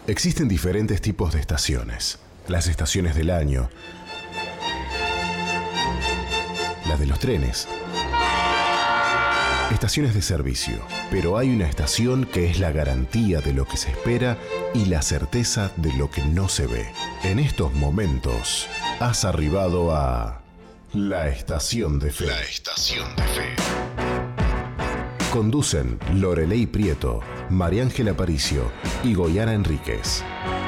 Existen diferentes tipos de estaciones. Las estaciones del año, las de los trenes, estaciones de servicio. Pero hay una estación que es la garantía de lo que se espera y la certeza de lo que no se ve. En estos momentos, has arribado a la Estación de Fe. La Estación de Fe. Conducen Loreley Prieto, María Ángela Aparicio y Goyana Enríquez.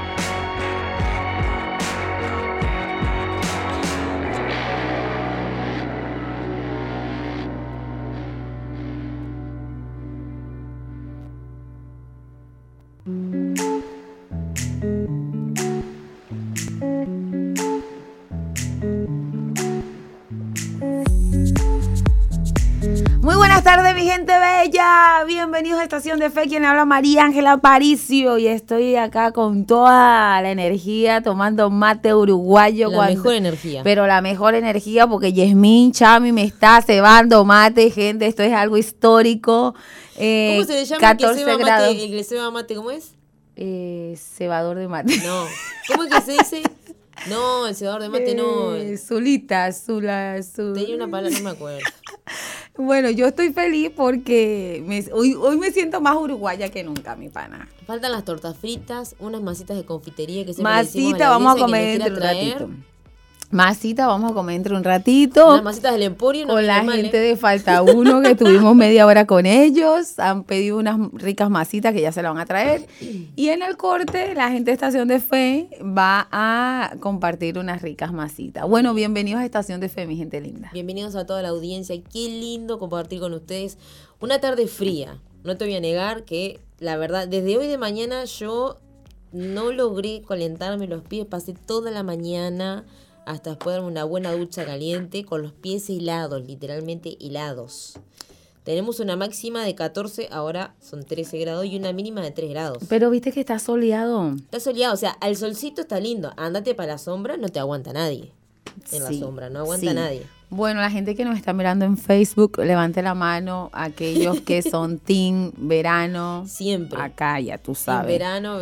Buenas tardes, mi gente bella. Bienvenidos a Estación de Fe. Quien habla, María Ángela Aparicio. Y estoy acá con toda la energía, tomando mate uruguayo. Mejor energía. Pero la mejor energía, porque Yasmín Chami me está cebando mate, gente. Esto es algo histórico. ¿Cómo se le llama 14 el grados. que le ceba mate? ¿Cómo es? Cebador de mate. No. ¿Cómo es que se dice? No, el cebador de mate no. Zulita. Tenía una palabra, no me acuerdo. Bueno, yo estoy feliz porque hoy me siento más uruguaya que nunca, mi pana. Faltan las tortas fritas, unas masitas de confitería que se Masita, vamos a comer dentro de un ratito. Masita, vamos a comer dentro de un ratito. Unas masitas del Emporio. No con la gente de Falta Uno, que tuvimos media hora con ellos. Han pedido unas ricas masitas que ya se la van a traer. Y en el corte, la gente de Estación de Fe va a compartir unas ricas masitas. Bueno, bienvenidos a Estación de Fe, mi gente linda. Bienvenidos a toda la audiencia. Qué lindo compartir con ustedes una tarde fría. No te voy a negar que, la verdad, desde hoy de mañana yo no logré calentarme los pies. Pasé toda la mañana hasta después darme una buena ducha caliente con los pies helados, literalmente helados. Tenemos una máxima de 14, ahora son 13 grados y una mínima de 3 grados. Pero viste que está soleado. Está soleado, o sea, al solcito está lindo. Ándate para la sombra, no te aguanta nadie. En la sombra, no aguanta nadie. Bueno, la gente que nos está mirando en Facebook, levante la mano, aquellos que son team verano. Siempre. Acá ya tú sabes. Verano.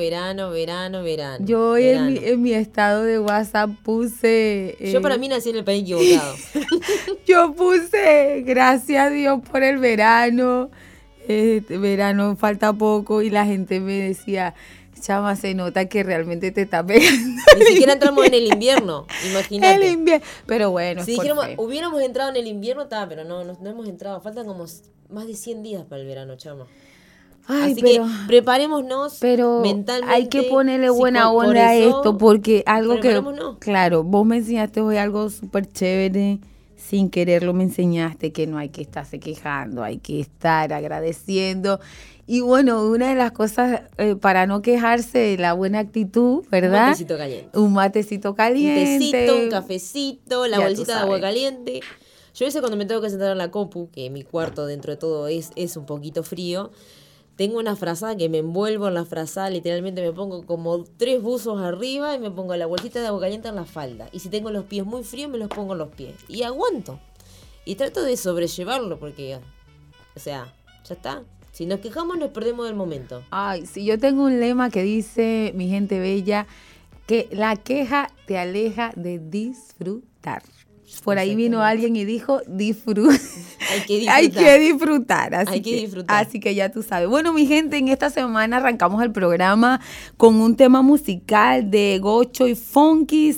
Yo hoy en mi estado de WhatsApp puse... yo para mí nací en el país equivocado. Yo puse, gracias a Dios por el verano. Verano falta poco y la gente me decía... Chama, se nota que realmente te está pegando. Ni siquiera entramos en el invierno, imagínate. El invierno, pero bueno. Si hubiéramos entrado en el invierno, pero no hemos entrado. Faltan como más de 100 días para el verano, chama. Ay, así que preparémonos mentalmente. Hay que ponerle buena onda a esto, porque algo que... Claro, vos me enseñaste hoy algo súper chévere. Sin quererlo me enseñaste que no hay que estarse quejando, hay que estar agradeciendo. Y bueno, una de las cosas para no quejarse, la buena actitud, ¿verdad? Un matecito caliente. Un matecito caliente. Un tecito, un cafecito, la bolsita de agua caliente. Yo a veces cuando me tengo que sentar en la compu, que mi cuarto dentro de todo es un poquito frío, tengo una frazada que me envuelvo en la frazada, literalmente me pongo como 3 buzos arriba y me pongo la bolsita de agua caliente en la falda. Y si tengo los pies muy fríos, me los pongo en los pies. Y aguanto. Y trato de sobrellevarlo porque, o sea, ya está. Si nos quejamos, nos perdemos del momento. Ay, sí, yo tengo un lema que dice, mi gente bella, que la queja te aleja de disfrutar. Por ahí vino alguien y dijo, disfruta. Hay que disfrutar. Así que ya tú sabes. Bueno, mi gente, en esta semana arrancamos el programa con un tema musical de Gocho y Funky.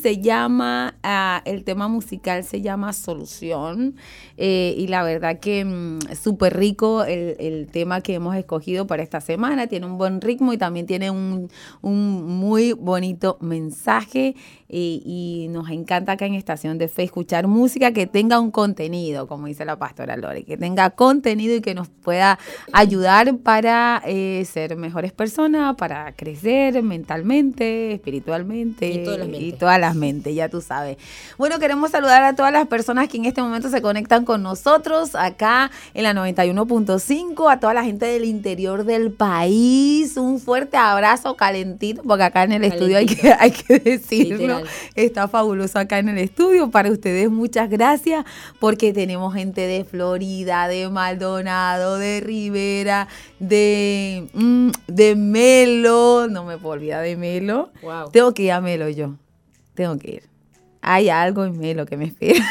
El tema musical se llama Solución. Y la verdad que súper rico el tema que hemos escogido para esta semana. Tiene un buen ritmo y también tiene un muy bonito mensaje. Y nos encanta acá en Estación de Fe escuchar música que tenga un contenido, como dice la pastora Lore, que tenga contenido y que nos pueda ayudar para ser mejores personas, para crecer mentalmente, espiritualmente y todas las mentes, ya tú sabes. Bueno, queremos saludar a todas las personas que en este momento se conectan con nosotros acá en la 91.5, a toda la gente del interior del país, un fuerte abrazo calentito, porque acá en el estudio hay que decirlo. Literal. Está fabuloso acá en el estudio para ustedes muchas gracias, porque tenemos gente de Florida, de Maldonado, de Rivera, de Melo. No me puedo olvidar de Melo. Wow. Tengo que ir a Melo yo. Tengo que ir. Hay algo en Melo que me espera.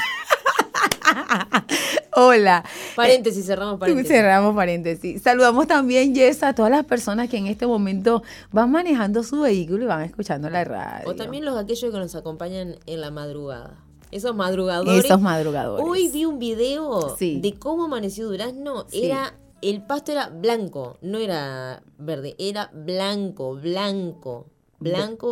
Hola. Paréntesis, cerramos paréntesis. Cerramos paréntesis. Saludamos también, Jess, a todas las personas que en este momento van manejando su vehículo y van escuchando la radio. O también aquellos que nos acompañan en la madrugada. Esos madrugadores. Hoy vi un video de cómo amaneció Durazno. Sí. El pasto era blanco, no era verde, era blanco. Blanquito.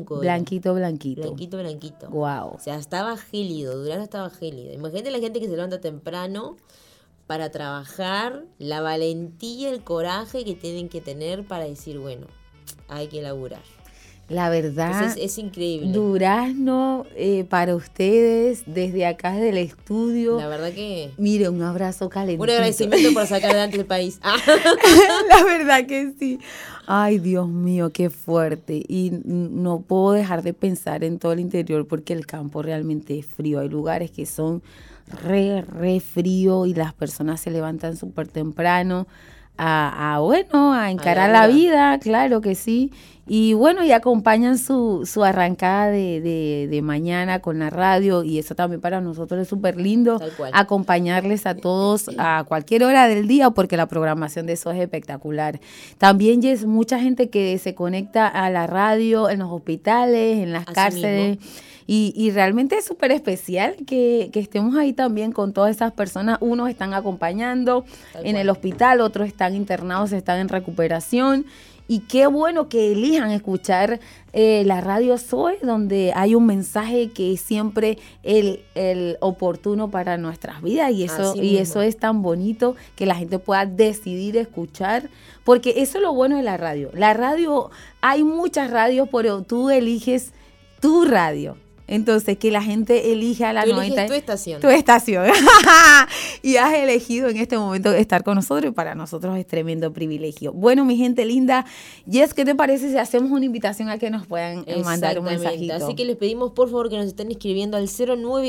Blanquito. Wow. O sea, estaba gélido, Durazno estaba gélido. Imagínate la gente que se levanta temprano para trabajar, la valentía, el coraje que tienen que tener para decir, bueno, hay que laburar. La verdad, entonces, es increíble. Durazno, para ustedes, desde acá, desde el estudio. La verdad que... Mire, un abrazo calentito. Un agradecimiento por sacar adelante el país. La verdad que sí. Ay, Dios mío, qué fuerte. Y no puedo dejar de pensar en todo el interior porque el campo realmente es frío. Hay lugares que son re frío y las personas se levantan súper temprano a encarar la vida, claro que sí. Y bueno, y acompañan su arrancada de mañana con la radio, y eso también para nosotros es súper lindo, acompañarles a todos a cualquier hora del día, porque la programación de eso es espectacular. También es mucha gente que se conecta a la radio en los hospitales, en las cárceles. Y realmente es súper especial que estemos ahí también con todas esas personas. Unos están acompañando en el hospital, otros están internados, están en recuperación. Y qué bueno que elijan escuchar la radio Zoe, donde hay un mensaje que es siempre el oportuno para nuestras vidas. Y eso es tan bonito que la gente pueda decidir escuchar, porque eso es lo bueno de la radio. La radio, hay muchas radios, pero tú eliges tu radio. Entonces, que la gente elija la 90. Tu estación. Tu estación. Y has elegido en este momento estar con nosotros, y para nosotros es tremendo privilegio. Bueno, mi gente linda, Jess, ¿qué te parece si hacemos una invitación a que nos puedan mandar un mensajito? Así que les pedimos, por favor, que nos estén escribiendo al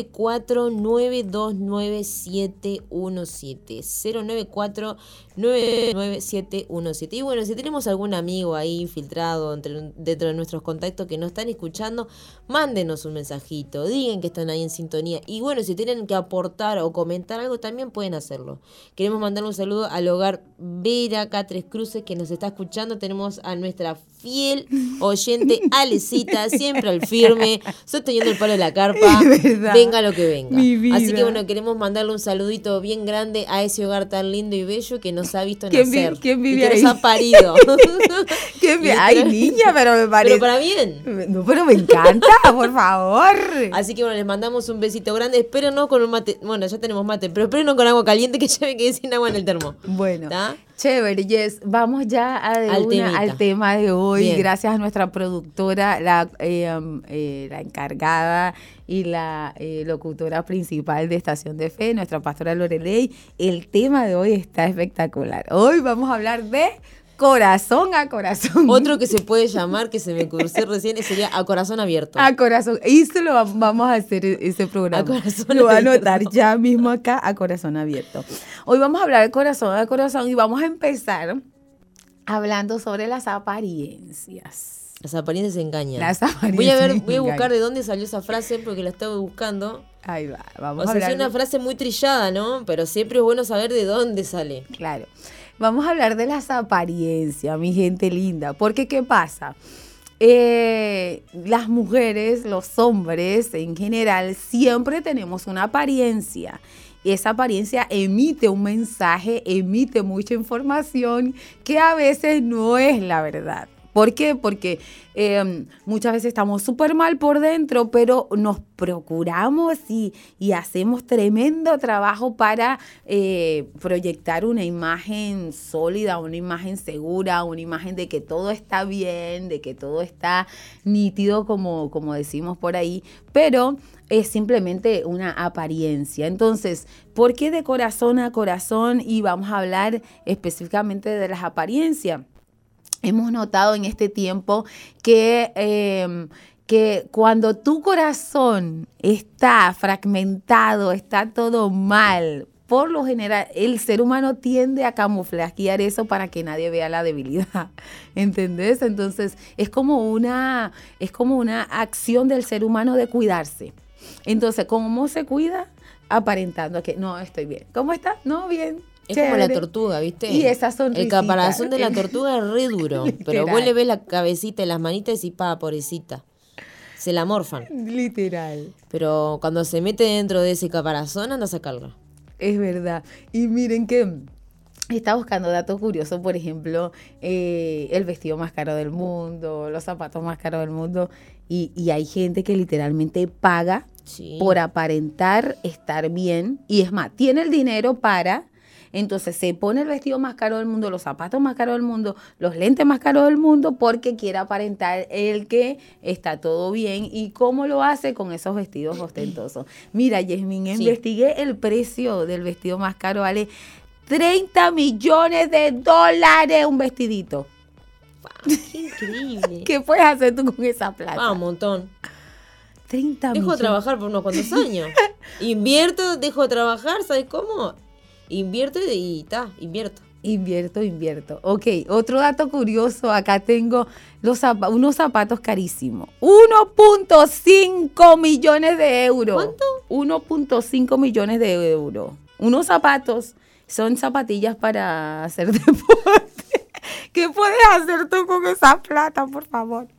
094-929-717. 094-929-717. Y bueno, si tenemos algún amigo ahí infiltrado dentro de nuestros contactos que nos están escuchando, mándenos un mensajito, digan que están ahí en sintonía. Y bueno, si tienen que aportar o comentar algo, también pueden hacerlo. Queremos mandarle un saludo al hogar Vera, acá Tres Cruces, que nos está escuchando. Tenemos a nuestra fiel oyente Alecita, siempre al firme, sosteniendo el palo de la carpa, venga lo que venga. Así que bueno, queremos mandarle un saludito bien grande a ese hogar tan lindo y bello que nos ha visto nacer. ¿Quién vive y que ahí? nos ha parido. Ay, niña, pero me parece. Pero para bien. No, pero me encanta, por favor. Así que bueno, les mandamos un besito grande. Espérenos con un mate. Bueno, ya tenemos mate, pero espérenos con agua caliente, que ya me quedé sin agua en el termo. Bueno. ¿Está? Chévere, Jess. Vamos ya al tema de hoy. Bien. Gracias a nuestra productora, la encargada y la locutora principal de Estación de Fe, nuestra pastora Lorelei. El tema de hoy está espectacular. Hoy vamos a hablar de corazón a corazón. Otro que se puede llamar, que se me cruzó recién, sería a corazón abierto. A corazón. Y eso lo vamos a hacer, ese programa. A corazón lo voy a anotar ya mismo acá, a corazón abierto. Hoy vamos a hablar de corazón a corazón y vamos a empezar hablando sobre las apariencias. Las apariencias engañan. Las apariencias voy a buscar de dónde salió esa frase, porque la estaba buscando. Ahí va, vamos a hablar. O sea, es una frase muy trillada, ¿no? Pero siempre es bueno saber de dónde sale. Claro. Vamos a hablar de las apariencias, mi gente linda. Porque, ¿qué pasa? Las mujeres, los hombres en general, siempre tenemos una apariencia. Y esa apariencia emite un mensaje, emite mucha información que a veces no es la verdad. ¿Por qué? Porque muchas veces estamos súper mal por dentro, pero nos procuramos y hacemos tremendo trabajo para proyectar una imagen sólida, una imagen segura, una imagen de que todo está bien, de que todo está nítido, como decimos por ahí, pero es simplemente una apariencia. Entonces, ¿por qué de corazón a corazón? Y vamos a hablar específicamente de las apariencias. hemos notado en este tiempo que cuando tu corazón está fragmentado, está todo mal, por lo general, el ser humano tiende a camuflajear eso para que nadie vea la debilidad, ¿entendés? Entonces, es como una acción del ser humano de cuidarse. Entonces, ¿cómo se cuida? Aparentando que no, estoy bien. ¿Cómo estás? No, bien. Es chévere. como la tortuga, ¿viste? Y esa sonrisita. El caparazón de la tortuga es re duro, pero vos le ves la cabecita y las manitas y pobrecita. Se la morfan. Literal. Pero cuando se mete dentro de ese caparazón, anda a sacarla. Es verdad. Y miren que está buscando datos curiosos, por ejemplo, el vestido más caro del mundo, los zapatos más caros del mundo, y hay gente que literalmente paga por aparentar estar bien, y es más, tiene el dinero para... Entonces se pone el vestido más caro del mundo, los zapatos más caros del mundo, los lentes más caros del mundo porque quiere aparentar el que está todo bien. ¿Y cómo lo hace? Con esos vestidos ostentosos. Mira, Yasmín, investigué el precio del vestido más caro, vale $30 millones un vestidito. Wow, ¡qué increíble! ¿Qué puedes hacer tú con esa plata? Un montón. 30 dejo millones. De trabajar por unos cuantos años. Invierto, dejo de trabajar, ¿sabes cómo? Invierto y invierto. Invierto. Ok, otro dato curioso. Acá tengo unos zapatos carísimos. 1.5 millones de euros. ¿Cuánto? 1.5 millones de euros. Unos zapatos son zapatillas para hacer deporte. ¿Qué puedes hacer tú con esa plata, por favor?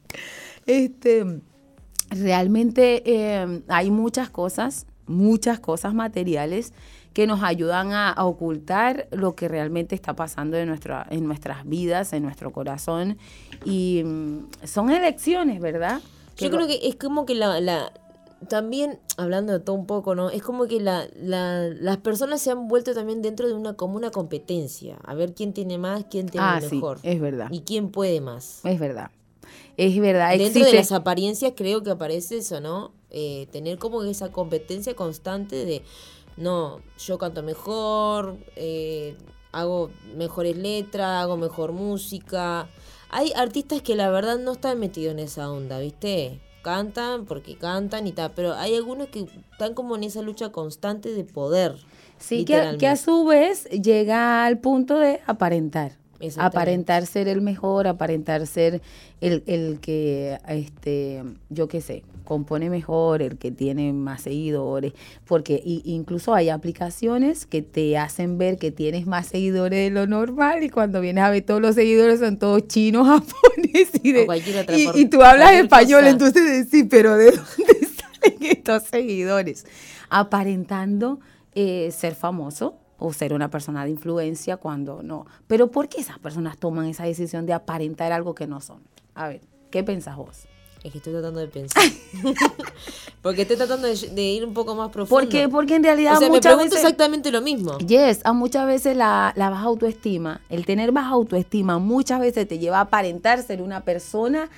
Realmente hay muchas cosas materiales que nos ayudan a ocultar lo que realmente está pasando en nuestras vidas, en nuestro corazón. Y son elecciones, ¿verdad? Yo creo que es como que también, hablando de todo un poco, ¿no? Es como que las personas se han vuelto también dentro de como una competencia. A ver quién tiene más, quién tiene mejor. Sí, es verdad. Y quién puede más. Es verdad. Dentro de las apariencias creo que aparece eso, ¿no? Tener como esa competencia constante de... No, yo canto mejor, hago mejores letras, hago mejor música. Hay artistas que la verdad no están metidos en esa onda, ¿viste? Cantan porque cantan y tal, pero hay algunos que están como en esa lucha constante de poder. Sí, que a su vez llega al punto de aparentar. Aparentar ser el mejor, aparentar ser el que, yo qué sé, compone mejor, el que tiene más seguidores, porque incluso hay aplicaciones que te hacen ver que tienes más seguidores de lo normal y cuando vienes a ver todos los seguidores son todos chinos, japoneses y tú hablas español, entonces decís, pero ¿de dónde salen estos seguidores? Aparentando ser famoso o ser una persona de influencia cuando no. Pero ¿por qué esas personas toman esa decisión de aparentar algo que no son? A ver, ¿qué pensás vos? Es que estoy tratando de pensar. Porque estoy tratando de ir un poco más profundo. Porque en realidad me muchas pregunto veces, exactamente lo mismo. Yes, a muchas veces la baja autoestima, el tener baja autoestima muchas veces te lleva a aparentar ser una persona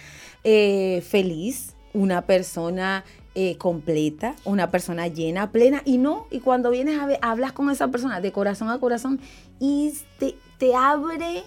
feliz, una persona completa, una persona llena, plena, y cuando vienes a ver, hablas con esa persona de corazón a corazón y te abre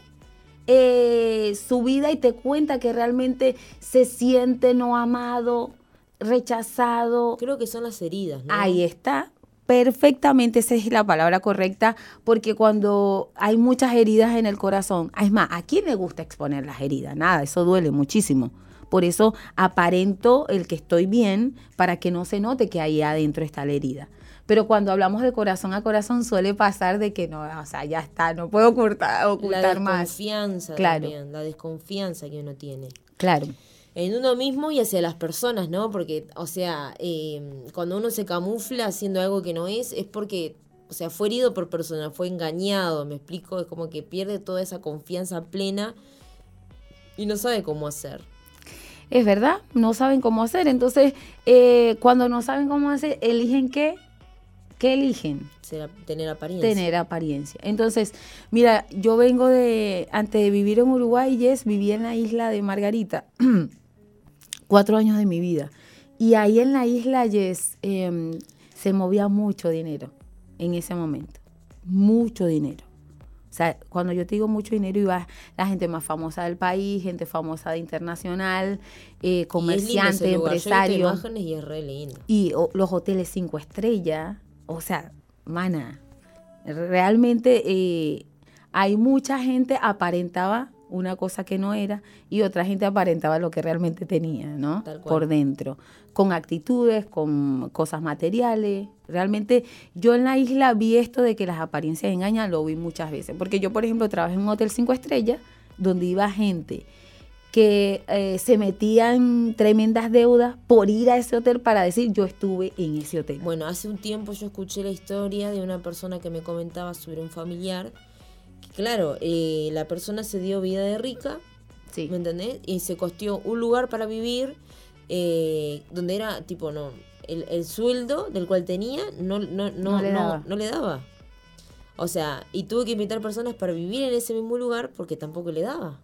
su vida y te cuenta que realmente se siente no amado, rechazado. Creo que son las heridas, ¿no? Ahí está, perfectamente, esa es la palabra correcta, porque cuando hay muchas heridas en el corazón, es más, ¿a quién le gusta exponer las heridas? Nada, eso duele muchísimo. Por eso aparento el que estoy bien para que no se note que ahí adentro está la herida. Pero cuando hablamos de corazón a corazón suele pasar de que no, o sea, ya está, no puedo ocultar más. La desconfianza también, la desconfianza que uno tiene. Claro. En uno mismo y hacia las personas, ¿no? Porque, o sea, cuando uno se camufla haciendo algo que no es porque, o sea, fue herido por personas, fue engañado, ¿me explico? Es como que pierde toda esa confianza plena y no sabe cómo hacer. Es verdad, no saben cómo hacer. Entonces, cuando no saben cómo hacer, ¿eligen qué? ¿Qué eligen? Tener apariencia. Tener apariencia. Entonces, mira, yo vengo antes de vivir en Uruguay, viví en la isla de Margarita, 4 años de mi vida. Y ahí en la isla, se movía mucho dinero en ese momento. Mucho dinero. O sea, cuando yo te digo mucho dinero, iba la gente más famosa del país, gente famosa de internacional, comerciantes, empresarios. Imágenes y es re lindo. Y los hoteles 5 estrellas. O sea, mana, realmente hay mucha gente aparentaba una cosa que no era y otra gente aparentaba lo que realmente tenía, ¿no? Por dentro, con actitudes, con cosas materiales. Realmente yo en la isla vi esto de que las apariencias engañan, lo vi muchas veces. Porque yo, por ejemplo, trabajé en un hotel 5 estrellas donde iba gente que se metía en tremendas deudas por ir a ese hotel para decir yo estuve en ese hotel. Bueno, hace un tiempo yo escuché la historia de una persona que me comentaba sobre un familiar. Claro, la persona se dio vida de rica, sí. ¿Me entendés? Y se costeó un lugar para vivir donde era tipo, no, el sueldo del cual tenía no le daba. O sea, y tuvo que invitar personas para vivir en ese mismo lugar porque tampoco le daba.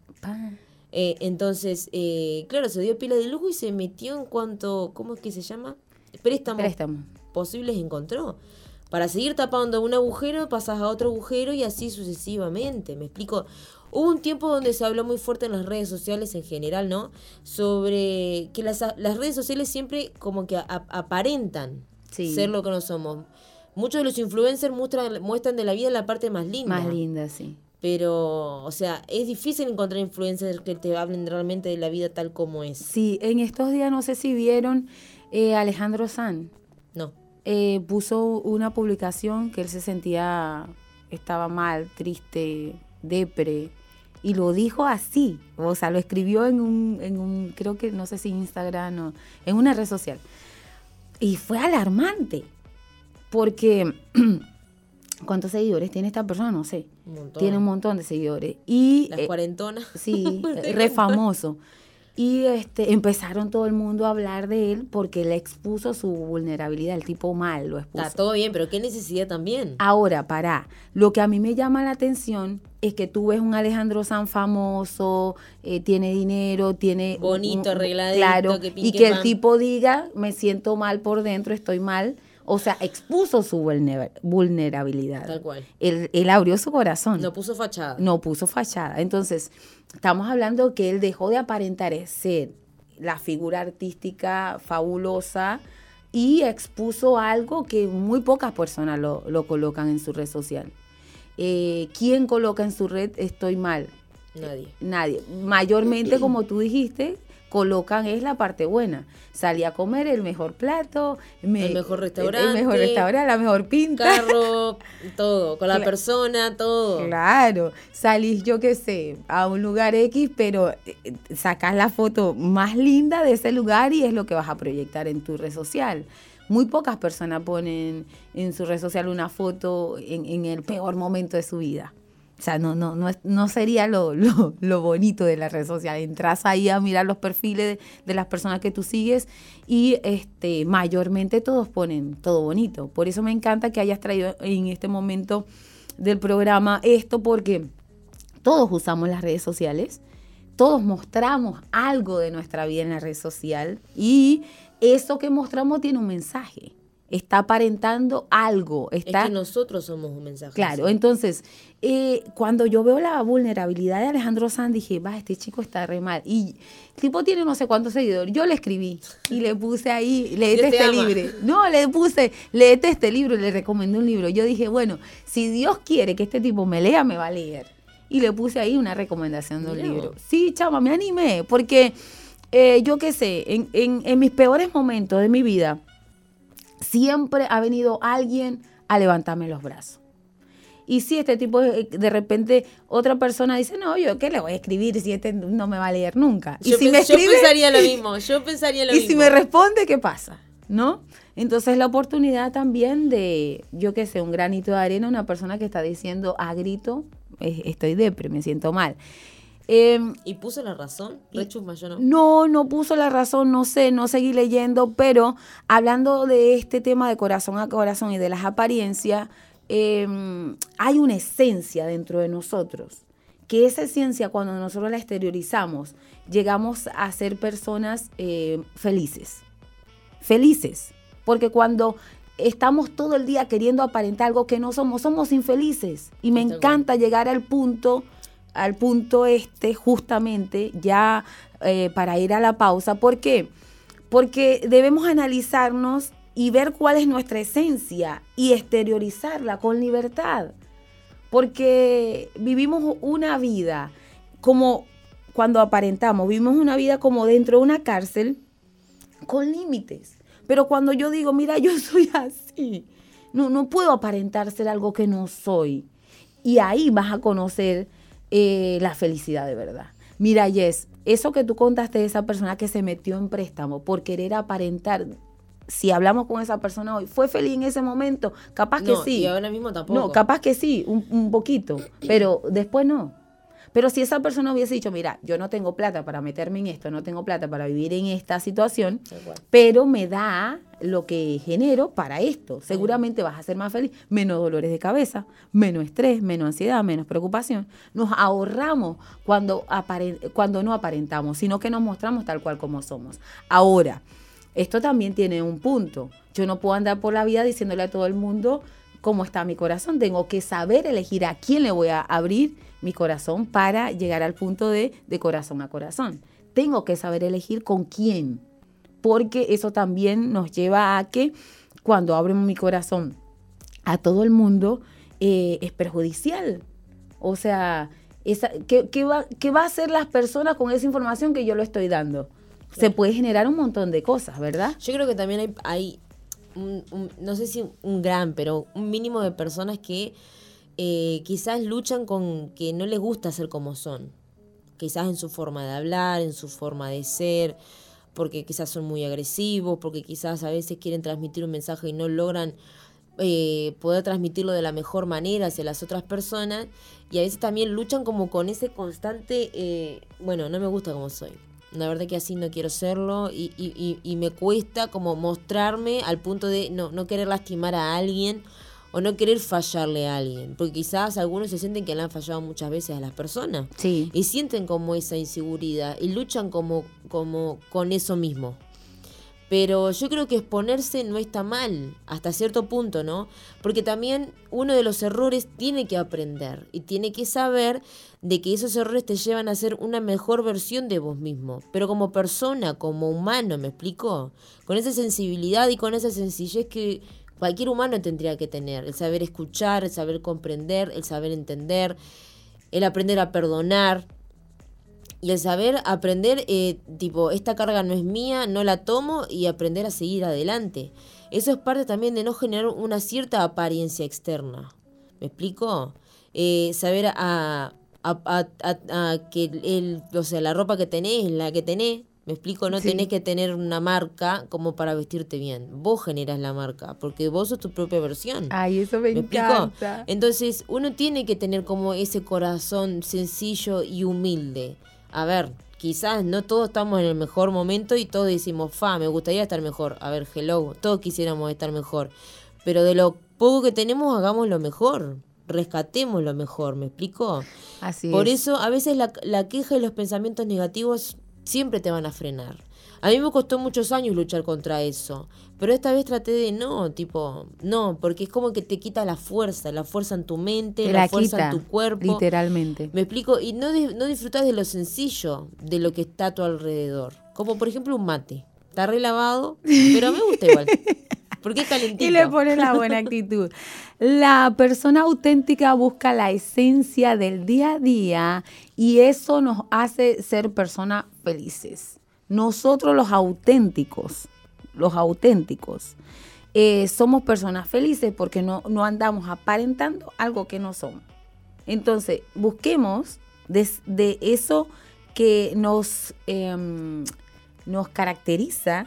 Entonces, claro, se dio pila de lujo y se metió en cuanto, ¿cómo es que se llama? Préstamos posibles encontró. Para seguir tapando un agujero, pasas a otro agujero y así sucesivamente. ¿Me explico? Hubo un tiempo donde se habló muy fuerte en las redes sociales en general, ¿no? Sobre que las redes sociales siempre como que aparentan ser lo que no somos. Muchos de los influencers muestran de la vida la parte más linda. Más linda, sí. Pero, o sea, es difícil encontrar influencers que te hablen realmente de la vida tal como es. Sí, en estos días no sé si vieron Alejandro Sanz. No. Puso una publicación que él estaba mal, triste, depre, y lo dijo así, o sea, lo escribió en un creo que no sé si Instagram o en una red social, y fue alarmante, porque ¿cuántos seguidores tiene esta persona? No sé, tiene un montón de seguidores, y las cuarentonas, sí, re famoso. Y empezaron todo el mundo a hablar de él porque él expuso su vulnerabilidad, el tipo mal lo expuso. Está todo bien, pero qué necesidad también. Ahora, lo que a mí me llama la atención es que tú ves un Alejandro Sanz famoso, tiene dinero, tiene... bonito, arregladito, claro, y que el tipo diga, me siento mal por dentro, estoy mal. O sea, expuso su vulnerabilidad. Tal cual. Él abrió su corazón. No puso fachada. Entonces, estamos hablando que él dejó de aparentar ser la figura artística fabulosa y expuso algo que muy pocas personas lo colocan en su red social. ¿Quién coloca en su red estoy mal? Nadie. Mayormente, como tú dijiste, colocan es la parte buena. Salí a comer el mejor plato, el mejor restaurante, la mejor pinta. Carro, todo, con la persona, todo. Claro, salís, yo qué sé, a un lugar X, pero sacás la foto más linda de ese lugar y es lo que vas a proyectar en tu red social. Muy pocas personas ponen en su red social una foto en el peor momento de su vida. O sea, no sería lo bonito de la red social. Entras ahí a mirar los perfiles de las personas que tú sigues y mayormente todos ponen todo bonito. Por eso me encanta que hayas traído en este momento del programa esto, porque todos usamos las redes sociales, todos mostramos algo de nuestra vida en la red social y eso que mostramos tiene un mensaje. Está aparentando algo. Es que nosotros somos un mensaje. Claro, sí. Entonces, cuando yo veo la vulnerabilidad de Alejandro Sanz, dije, este chico está re mal. Y el tipo tiene no sé cuántos seguidores. Yo le escribí y le puse ahí, léete este libro. No, le puse, léete este libro, le recomendé un libro. Yo dije, bueno, si Dios quiere que este tipo me lea, me va a leer. Y le puse ahí una recomendación de un libro. Sí, chama, me animé, porque yo qué sé, en mis peores momentos de mi vida, siempre ha venido alguien a levantarme los brazos. Y si este tipo, de repente, otra persona dice, no, yo qué le voy a escribir si este no me va a leer nunca. Yo pensaría lo mismo. Y si me responde, ¿qué pasa? ¿No? Entonces la oportunidad también de, yo qué sé, un granito de arena, una persona que está diciendo a grito, estoy depre, me siento mal. ¿Y puso la razón? ¿Rechusma yo no? No puso la razón, no sé, no seguí leyendo, pero hablando de este tema de corazón a corazón y de las apariencias, hay una esencia dentro de nosotros, que esa esencia cuando nosotros la exteriorizamos, llegamos a ser personas felices, porque cuando estamos todo el día queriendo aparentar algo que no somos. Somos infelices. Y me encanta llegar al punto justamente, ya para ir a la pausa. ¿Por qué? Porque debemos analizarnos y ver cuál es nuestra esencia y exteriorizarla con libertad. Porque vivimos una vida como cuando aparentamos, vivimos una vida como dentro de una cárcel con límites. Pero cuando yo digo, mira, yo soy así, no puedo aparentar ser algo que no soy. Y ahí vas a conocer la felicidad de verdad. Mira, Jess, eso que tú contaste de esa persona que se metió en préstamo por querer aparentar, si hablamos con esa persona hoy, ¿fue feliz en ese momento? Capaz que sí. Y ahora mismo tampoco. No, capaz que sí, un poquito, pero después no. Pero si esa persona hubiese dicho, mira, yo no tengo plata para meterme en esto, no tengo plata para vivir en esta situación, pero me da lo que genero para esto. Seguramente vas a ser más feliz, menos dolores de cabeza, menos estrés, menos ansiedad, menos preocupación. Nos ahorramos cuando no aparentamos, sino que nos mostramos tal cual como somos. Ahora, esto también tiene un punto. Yo no puedo andar por la vida diciéndole a todo el mundo cómo está mi corazón. Tengo que saber elegir a quién le voy a abrir mi corazón para llegar al punto de corazón a corazón. Tengo que saber elegir con quién, porque eso también nos lleva a que cuando abro mi corazón a todo el mundo es perjudicial. O sea, ¿qué va a hacer las personas con esa información que yo le estoy dando? Claro. Se puede generar un montón de cosas, ¿verdad? Yo creo que también hay no sé si un gran, pero un mínimo de personas que quizás luchan con que no les gusta ser como son. Quizás en su forma de hablar, en su forma de ser, porque quizás son muy agresivos, porque quizás a veces quieren transmitir un mensaje y no logran poder transmitirlo de la mejor manera hacia las otras personas, y a veces también luchan como con ese constante, no me gusta como soy. La verdad que así no quiero serlo y me cuesta como mostrarme al punto de no querer lastimar a alguien o no querer fallarle a alguien, porque quizás algunos se sienten que le han fallado muchas veces a las personas. Sí. Y sienten como esa inseguridad y luchan como con eso mismo. Pero yo creo que exponerse no está mal, hasta cierto punto, ¿no? Porque también uno de los errores tiene que aprender y tiene que saber de que esos errores te llevan a ser una mejor versión de vos mismo. Pero como persona, como humano, ¿me explico? Con esa sensibilidad y con esa sencillez que cualquier humano tendría que tener. El saber escuchar, el saber comprender, el saber entender, el aprender a perdonar. Y el saber aprender, esta carga no es mía, no la tomo, y aprender a seguir adelante. Eso es parte también de no generar una cierta apariencia externa. ¿Me explico? Saber que la ropa que tenés es la que tenés. ¿Me explico? No tenés que tener una marca como para vestirte bien. Vos generás la marca, porque vos sos tu propia versión. Ay, eso me encanta. ¿Explico? Entonces, uno tiene que tener como ese corazón sencillo y humilde. A ver, quizás no todos estamos en el mejor momento y todos decimos, me gustaría estar mejor. A ver, hello, todos quisiéramos estar mejor. Pero de lo poco que tenemos, hagamos lo mejor. Rescatemos lo mejor, ¿me explico? Así Por es. eso, a veces la queja y los pensamientos negativos siempre te van a frenar. A mí me costó muchos años luchar contra eso, pero esta vez traté de no, porque es como que te quita la fuerza en tu mente, la fuerza en tu cuerpo. Literalmente. Me explico, y no disfrutas de lo sencillo, de lo que está a tu alrededor. Como por ejemplo un mate. Está relavado, pero me gusta igual. Porque es calentito. Y le pone la buena actitud. La persona auténtica busca la esencia del día a día y eso nos hace ser personas felices. Nosotros los auténticos, somos personas felices porque no andamos aparentando algo que no somos. Entonces, busquemos de eso que nos caracteriza,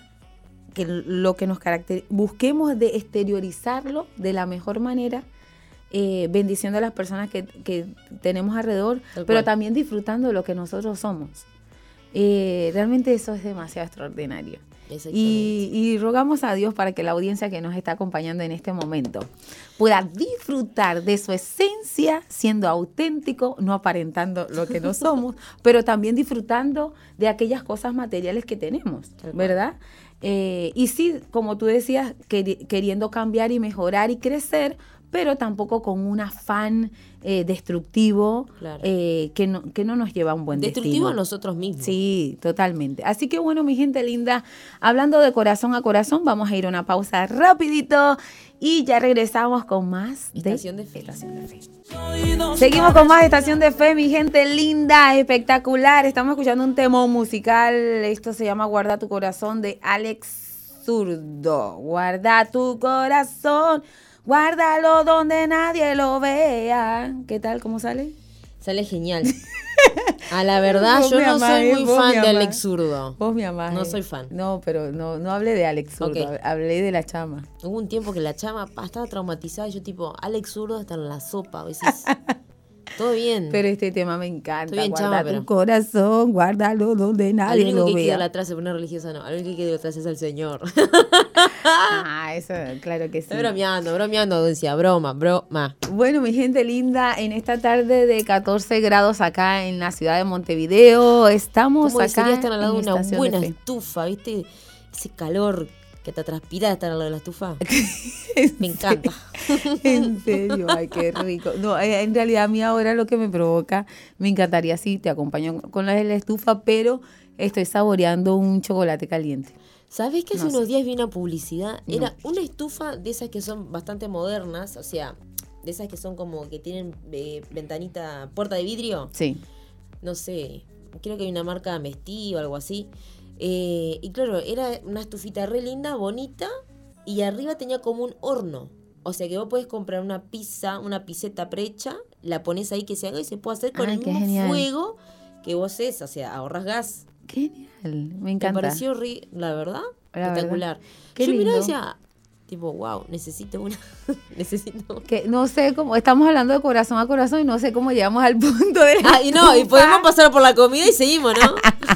busquemos de exteriorizarlo de la mejor manera, bendiciendo a las personas que tenemos alrededor, pero también disfrutando de lo que nosotros somos. Realmente eso es demasiado extraordinario. Y rogamos a Dios para que la audiencia que nos está acompañando en este momento pueda disfrutar de su esencia siendo auténtico, no aparentando lo que no somos, pero también disfrutando de aquellas cosas materiales que tenemos, ¿verdad? Y sí, como tú decías, queriendo cambiar y mejorar y crecer, pero tampoco con un afán destructivo, claro, que no nos lleva a un buen destino. Destructivo a nosotros mismos. Sí, totalmente. Así que bueno, mi gente linda, hablando de corazón a corazón, vamos a ir a una pausa rapidito y ya regresamos con más Estación de Fe. Estación de Fe. Seguimos con más Estación de Fe, mi gente linda, espectacular. Estamos escuchando un tema musical, esto se llama Guarda tu corazón, de Alex Zurdo. Guarda tu corazón, guárdalo donde nadie lo vea. ¿Qué tal? ¿Cómo sale? Sale genial. A la verdad, yo no soy muy fan de Alex Zurdo. Vos me amás. No soy fan. No, pero no hablé de Alex Zurdo, okay. Hablé de la chama. Hubo un tiempo que la chama estaba traumatizada y yo tipo, Alex Zurdo está en la sopa. A veces, todo bien. Pero este tema me encanta. Bien, guarda tu corazón, guárdalo donde nadie lo vea. Al único que queda atrás se pone religiosa, no. Al único que queda atrás es el Señor. Eso, claro que sí. Estoy bromeando, decía, broma. Bueno, mi gente linda, en esta tarde de 14 grados acá en la ciudad de Montevideo, estamos acá sería estar al lado de una buena estufa, ¿viste? Ese calor que te transpira estar al lado de la estufa. Me encanta. En serio, ay, qué rico. No, en realidad a mí ahora lo que me provoca, me encantaría, sí, te acompaño con la de la estufa, pero estoy saboreando un chocolate caliente. ¿Sabés que hace unos días vi una publicidad? Era una estufa de esas que son bastante modernas, o sea, de esas que son como que tienen ventanita, puerta de vidrio. Sí. No sé, creo que hay una marca Mesti o algo así. Y claro, era una estufita re linda, bonita, y arriba tenía como un horno. O sea que vos podés comprar una piseta prehecha, la pones ahí que se haga y se puede hacer con el mismo fuego que vos o sea, ahorras gas. Qué genial, me encanta. Me pareció, la verdad, espectacular. Yo miraba y decía, tipo, wow, necesito una. Que no sé cómo, estamos hablando de corazón a corazón y no sé cómo llegamos al punto de la y podemos pasar por la comida y seguimos, ¿no?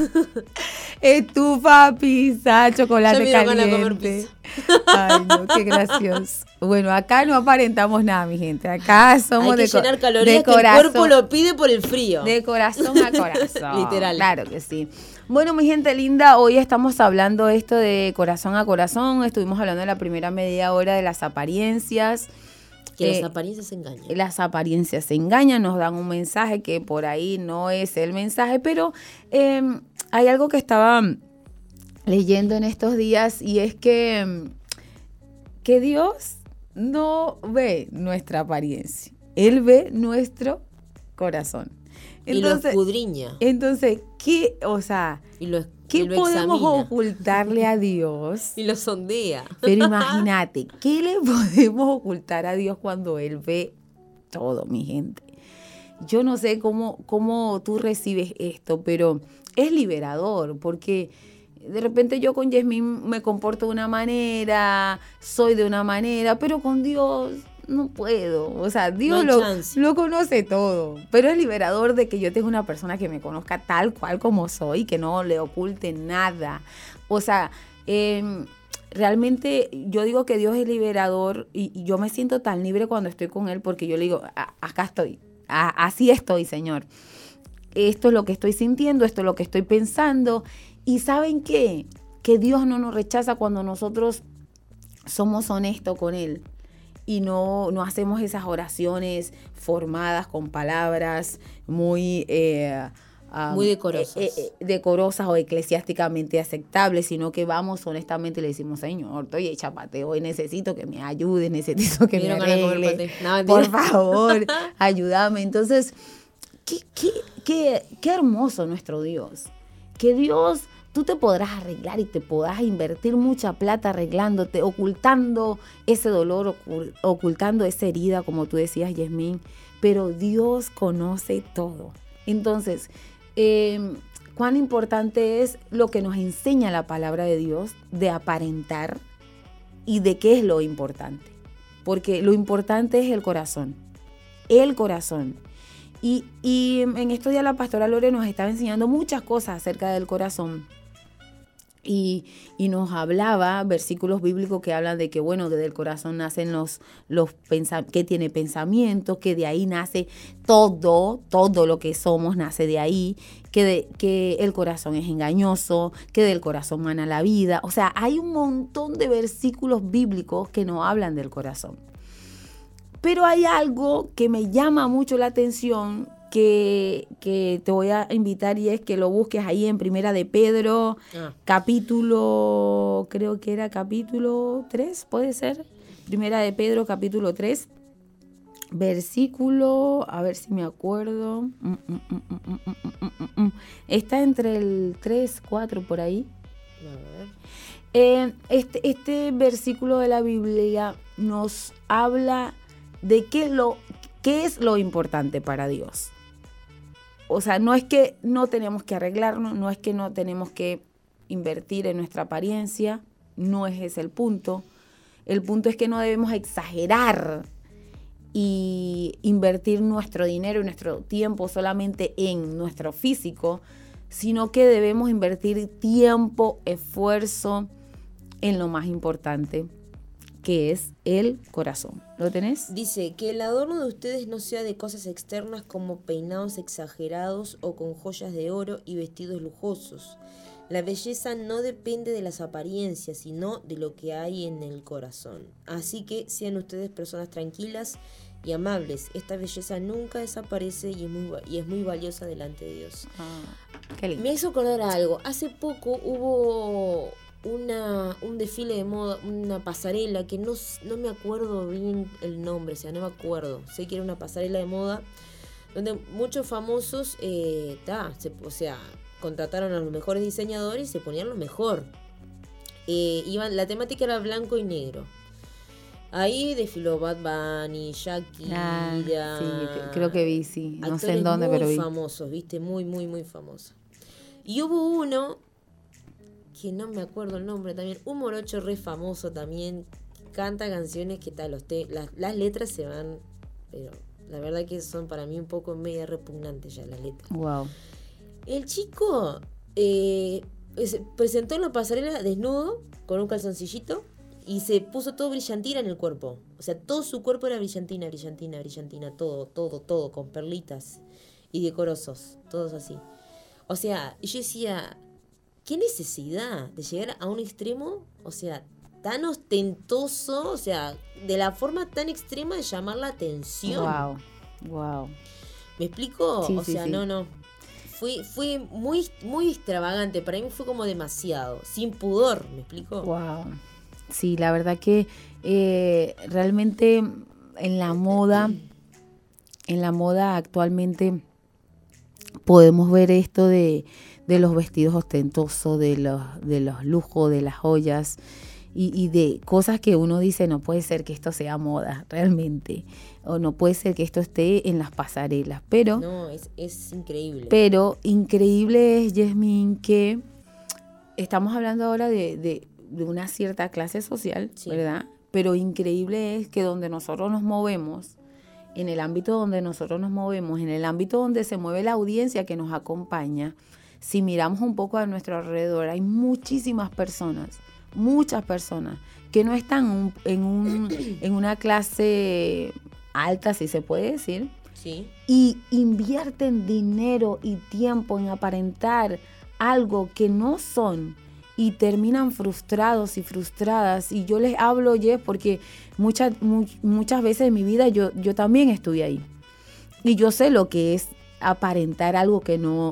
Estufa, pizza, chocolate caliente. Yo me dio ganas de comer pizza. Ay, no, qué gracioso. Bueno, acá no aparentamos nada, mi gente. Acá somos hay que llenar calorías que el cuerpo lo pide por el frío. De corazón a corazón. Literal. Claro que sí. Bueno, mi gente linda, hoy estamos hablando esto de corazón a corazón. Estuvimos hablando en la primera media hora de las apariencias. Que las apariencias engañan. Las apariencias engañan, nos dan un mensaje que por ahí no es el mensaje, pero hay algo que estaba leyendo en estos días y es que Dios no ve nuestra apariencia, Él ve nuestro corazón. Entonces, y lo escudriña. Entonces, ¿qué podemos ocultarle a Dios? Y lo sondea. Pero imagínate, ¿qué le podemos ocultar a Dios cuando Él ve todo, mi gente? Yo no sé cómo tú recibes esto, pero es liberador, porque de repente yo con Yasmín me comporto de una manera, soy de una manera, pero con Dios no puedo. O sea, Dios lo conoce todo, pero es liberador de que yo tenga una persona que me conozca tal cual como soy, que no le oculte nada. O sea, realmente yo digo que Dios es liberador y yo me siento tan libre cuando estoy con Él, porque yo le digo, acá estoy, así estoy, Señor. Esto es lo que estoy sintiendo, esto es lo que estoy pensando. ¿Y saben qué? Que Dios no nos rechaza cuando nosotros somos honestos con Él y no hacemos esas oraciones formadas con palabras muy decorosas o eclesiásticamente aceptables, sino que vamos honestamente y le decimos, Señor, estoy hecha pateo, hoy necesito que me ayudes, necesito que me arregle, por favor, ayúdame. Entonces, qué hermoso nuestro Dios, que Dios, tú te podrás arreglar y te podrás invertir mucha plata arreglándote, ocultando ese dolor, ocultando esa herida, como tú decías, Yasmín, pero Dios conoce todo. Entonces, cuán importante es lo que nos enseña la palabra de Dios de aparentar y de qué es lo importante. Porque lo importante es el corazón. El corazón. Y en estos días la pastora Lore nos estaba enseñando muchas cosas acerca del corazón. Y nos hablaba versículos bíblicos que hablan de que, bueno, que del corazón nacen que tiene pensamientos, que de ahí nace todo lo que somos nace de ahí, que el corazón es engañoso, que del corazón mana la vida. O sea, hay un montón de versículos bíblicos que nos hablan del corazón. Pero hay algo que me llama mucho la atención, que te voy a invitar, y es que lo busques ahí en Primera de Pedro, capítulo, creo que era capítulo 3, ¿puede ser? Primera de Pedro, capítulo 3, versículo, a ver si me acuerdo, está entre el 3, 4 por ahí. A ver. Este versículo de la Biblia nos habla de qué es lo importante para Dios. O sea, no es que no tenemos que arreglarnos, no es que no tenemos que invertir en nuestra apariencia, no es ese el punto. El punto es que no debemos exagerar y invertir nuestro dinero y nuestro tiempo solamente en nuestro físico, sino que debemos invertir tiempo, esfuerzo en lo más importante, que es el corazón. ¿Lo tenés? Dice, que el adorno de ustedes no sea de cosas externas como peinados exagerados o con joyas de oro y vestidos lujosos. La belleza no depende de las apariencias, sino de lo que hay en el corazón. Así que sean ustedes personas tranquilas y amables. Esta belleza nunca desaparece y es muy valiosa delante de Dios. Qué lindo. Me hizo acordar algo. Hace poco hubo un desfile de moda, una pasarela, que no me acuerdo bien el nombre, o sea, no me acuerdo. Sé que era una pasarela de moda donde muchos famosos, contrataron a los mejores diseñadores y se ponían lo mejor. La temática era blanco y negro. Ahí desfiló Bad Bunny, Shakira. Sí, creo que vi, sí. No sé en dónde, pero vi. Muy famosos, ¿viste? Muy, muy, muy famosos. Y hubo uno que no me acuerdo el nombre también, un morocho re famoso también, canta canciones que tal, las letras se van, pero la verdad que son para mí un poco media repugnantes ya las letras. Wow. El chico presentó en la pasarela desnudo, con un calzoncillito, y se puso todo brillantina en el cuerpo. O sea, todo su cuerpo era brillantina, todo, con perlitas y decorosos, todos así. O sea, yo decía, ¿qué necesidad de llegar a un extremo, o sea, tan ostentoso, o sea, de la forma tan extrema de llamar la atención? Wow. ¿Me explico? Sí, o sea, sí. No. Fue muy, muy extravagante. Para mí fue como demasiado. Sin pudor, ¿me explico? Wow. Sí, la verdad que realmente en la moda actualmente podemos ver esto de los vestidos ostentosos, de los lujos, de las joyas y de cosas que uno dice, no puede ser que esto sea moda realmente, o no puede ser que esto esté en las pasarelas, pero... No, es increíble. Pero increíble es, Yasmín, que estamos hablando ahora de una cierta clase social, sí, ¿verdad? Pero increíble es que donde nosotros nos movemos, en el ámbito donde nosotros nos movemos, en el ámbito donde se mueve la audiencia que nos acompaña, si miramos un poco a nuestro alrededor, hay muchas personas que no están en una clase alta, si se puede decir, sí, y invierten dinero y tiempo en aparentar algo que no son y terminan frustrados y frustradas. Y yo les hablo, Jeff, porque muchas veces en mi vida yo también estuve ahí. Y yo sé lo que es aparentar algo que no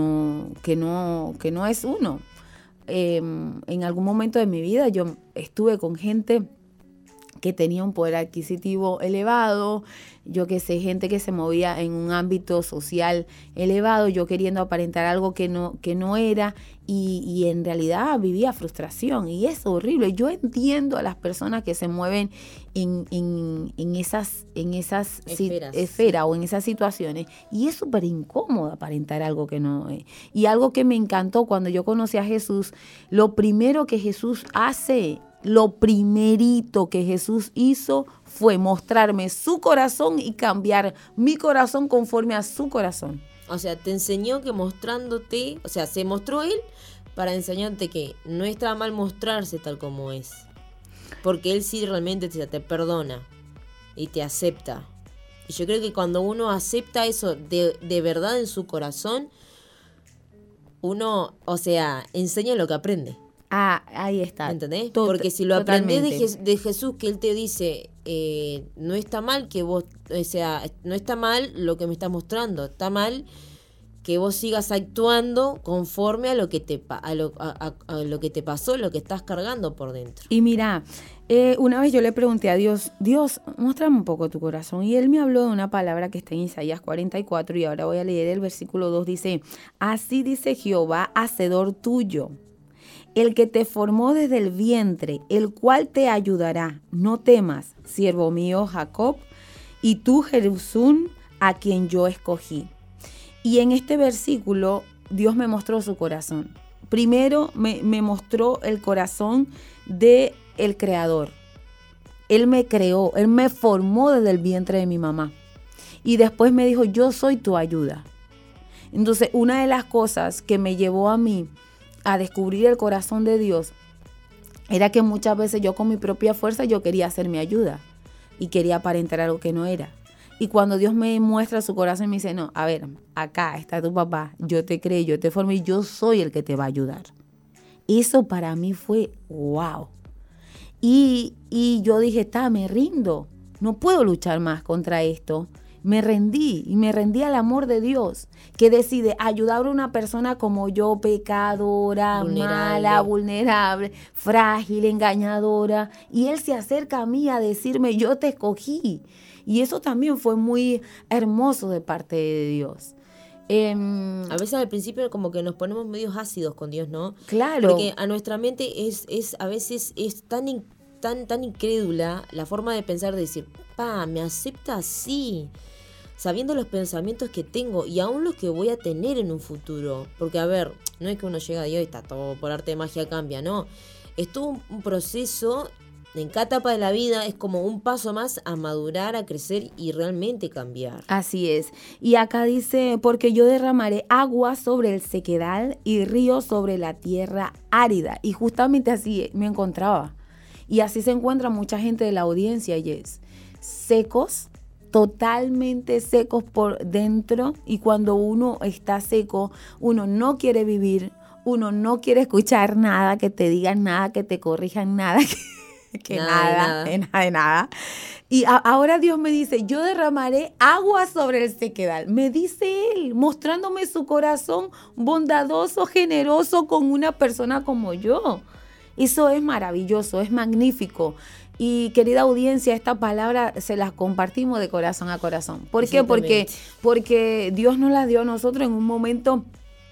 es uno. En algún momento de mi vida yo estuve con gente que tenía un poder adquisitivo elevado, yo que sé, gente que se movía en un ámbito social elevado, yo queriendo aparentar algo que no era, y en realidad vivía frustración, y es horrible. Yo entiendo a las personas que se mueven en esas esferas o en esas situaciones, y es súper incómodo aparentar algo que no es. Y algo que me encantó cuando yo conocí a Jesús, lo primero que Jesús hace lo primerito que Jesús hizo fue mostrarme su corazón y cambiar mi corazón conforme a su corazón. O sea, te enseñó que mostrándote, o sea, se mostró él para enseñarte que no está mal mostrarse tal como es. Porque él sí realmente te perdona y te acepta. Y yo creo que cuando uno acepta eso de verdad en su corazón, uno, o sea, enseña lo que aprende. Ah, ahí está. ¿Entendés? Porque si lo aprendes de Jesús, que él te dice, no está mal que vos, o sea, no está mal lo que me estás mostrando, está mal que vos sigas actuando conforme a lo que te a lo que te pasó, lo que estás cargando por dentro. Y mira, una vez yo le pregunté a Dios, muéstrame un poco tu corazón. Y él me habló de una palabra que está en Isaías 44 y ahora voy a leer el versículo 2. Dice, así dice Jehová, hacedor tuyo, el que te formó desde el vientre, el cual te ayudará. No temas, siervo mío Jacob, y tú Jerusalén, a quien yo escogí. Y en este versículo Dios me mostró su corazón. Primero me mostró el corazón del Creador. Él me creó, Él me formó desde el vientre de mi mamá. Y después me dijo, yo soy tu ayuda. Entonces, una de las cosas que me llevó a mí a descubrir el corazón de Dios era que muchas veces yo con mi propia fuerza yo quería hacer mi ayuda y quería aparentar algo que no era. Y cuando Dios me muestra su corazón y me dice, no, a ver, acá está tu papá, yo te creé, yo te formé y yo soy el que te va a ayudar. Eso para mí fue wow. Y yo dije, me rindo, no puedo luchar más contra esto. Me rendí y me rendí al amor de Dios, que decide ayudar a una persona como yo, pecadora, mala, vulnerable, frágil, engañadora. Y Él se acerca a mí a decirme, yo te escogí. Y eso también fue muy hermoso de parte de Dios. A veces al principio como que nos ponemos medios ácidos con Dios, ¿no? Claro. Porque a nuestra mente es a veces es tan incrédula la forma de pensar, de decir, me acepta así, sabiendo los pensamientos que tengo y aún los que voy a tener en un futuro. Porque, a ver, no es que uno llega a Dios y está todo por arte de magia cambia, no. Es todo un proceso. En cada etapa de la vida es como un paso más a madurar, a crecer y realmente cambiar. Así es. Y acá dice, porque yo derramaré agua sobre el sequedal y río sobre la tierra árida. Y justamente así me encontraba. Y así se encuentra mucha gente de la audiencia, Jess. Secos, totalmente secos por dentro. Y cuando uno está seco, uno no quiere vivir, uno no quiere escuchar nada, que te digan nada, que te corrijan nada, que nada. Y ahora Dios me dice, yo derramaré agua sobre el sequedal. Me dice Él, mostrándome su corazón bondadoso, generoso con una persona como yo. Eso es maravilloso, es magnífico. Y querida audiencia, esta palabra se las compartimos de corazón a corazón. ¿Por qué? Porque Dios nos la dio a nosotros en un momento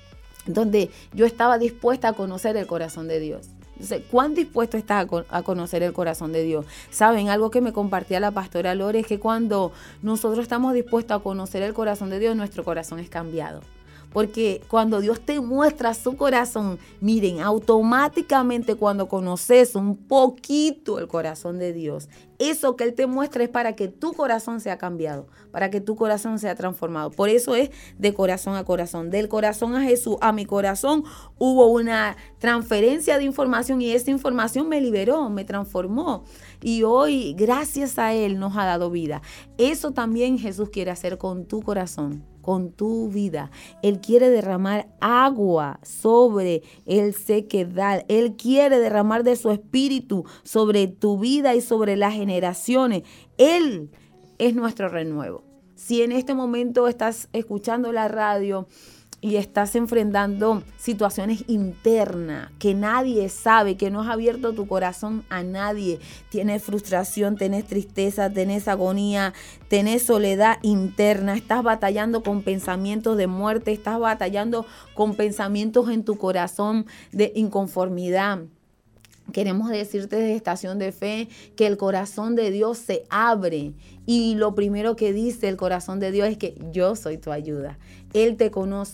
donde yo estaba dispuesta a conocer el corazón de Dios. Entonces, ¿cuán dispuesto está a conocer el corazón de Dios? Saben, algo que me compartía la pastora Lore es que cuando nosotros estamos dispuestos a conocer el corazón de Dios, nuestro corazón es cambiado. Porque cuando Dios te muestra su corazón, miren, automáticamente cuando conoces un poquito el corazón de Dios, eso que Él te muestra es para que tu corazón sea cambiado, para que tu corazón sea transformado. Por eso es de corazón a corazón. Del corazón a Jesús a mi corazón hubo una transferencia de información y esa información me liberó, me transformó. Y hoy, gracias a Él, nos ha dado vida. Eso también Jesús quiere hacer con tu corazón, con tu vida. Él quiere derramar agua sobre el sequedal. Él quiere derramar de su espíritu sobre tu vida y sobre las generaciones. Él es nuestro renuevo. Si en este momento estás escuchando la radio y estás enfrentando situaciones internas que nadie sabe, que no has abierto tu corazón a nadie, tienes frustración, tienes tristeza, tienes agonía, tienes soledad interna, estás batallando con pensamientos de muerte, estás batallando con pensamientos en tu corazón de inconformidad. Queremos decirte desde Estación de Fe que el corazón de Dios se abre y lo primero que dice el corazón de Dios es que yo soy tu ayuda. Él te conoce,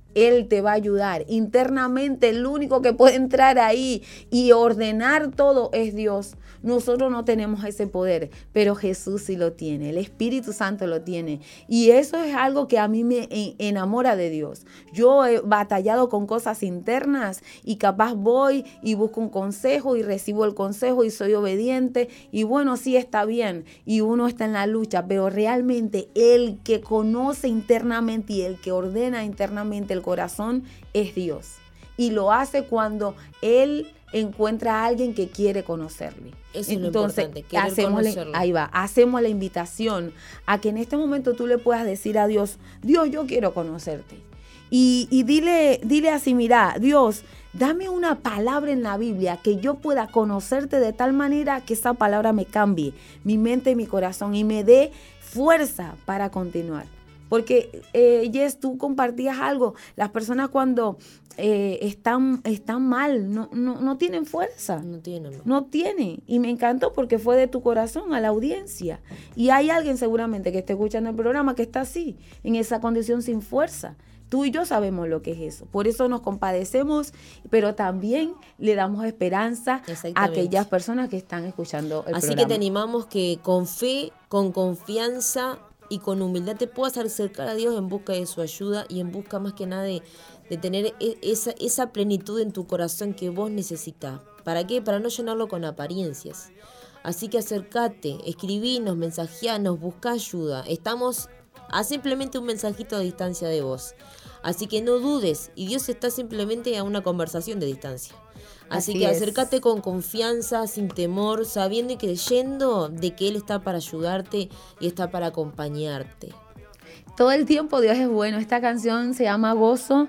Él te va a ayudar. Internamente, el único que puede entrar ahí y ordenar todo es Dios. Nosotros no tenemos ese poder, pero Jesús sí lo tiene. El Espíritu Santo lo tiene. Y eso es algo que a mí me enamora de Dios. Yo he batallado con cosas internas y capaz voy y busco un consejo y recibo el consejo y soy obediente. Y bueno, sí está bien. Y uno está en la lucha, pero realmente el que conoce internamente y el que ordena internamente el corazón es Dios. Y lo hace cuando Él encuentra a alguien que quiere conocerle. Eso es lo importante, querer conocerlo. Ahí va, hacemos la invitación a que en este momento tú le puedas decir a Dios, Dios, yo quiero conocerte. Y dile así, mira, Dios, dame una palabra en la Biblia que yo pueda conocerte de tal manera que esa palabra me cambie mi mente y mi corazón y me dé fuerza para continuar. Porque, Jess, tú compartías algo. Las personas cuando están mal, no tienen fuerza. No tienen. Y me encantó porque fue de tu corazón a la audiencia. Y hay alguien seguramente que esté escuchando el programa que está así, en esa condición sin fuerza. Tú y yo sabemos lo que es eso. Por eso nos compadecemos, pero también le damos esperanza a aquellas personas que están escuchando el programa. Así que te animamos que con fe, con confianza y con humildad te puedas acercar a Dios en busca de su ayuda y en busca más que nada de tener esa plenitud en tu corazón que vos necesitas. ¿Para qué? Para no llenarlo con apariencias. Así que acércate, escribinos, mensajeanos, busca ayuda. Estamos a simplemente un mensajito de distancia de vos. Así que no dudes y Dios está simplemente a una conversación de distancia. Así que acércate con confianza, sin temor, sabiendo y creyendo de que Él está para ayudarte y está para acompañarte. Todo el tiempo Dios es bueno. Esta canción se llama Gozo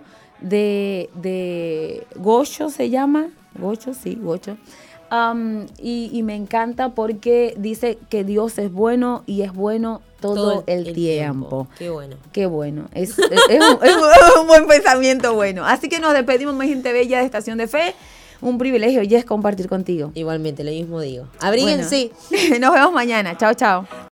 de Gocho, se llama. Gocho, sí, Gocho. Y me encanta porque dice que Dios es bueno y es bueno todo el tiempo. Qué bueno. Qué bueno. Es un buen pensamiento bueno. Así que nos despedimos, mi gente bella de Estación de Fe. Un privilegio, Jess, compartir contigo. Igualmente, lo mismo digo. Abríguense. Bueno, nos vemos mañana. Chao, chao.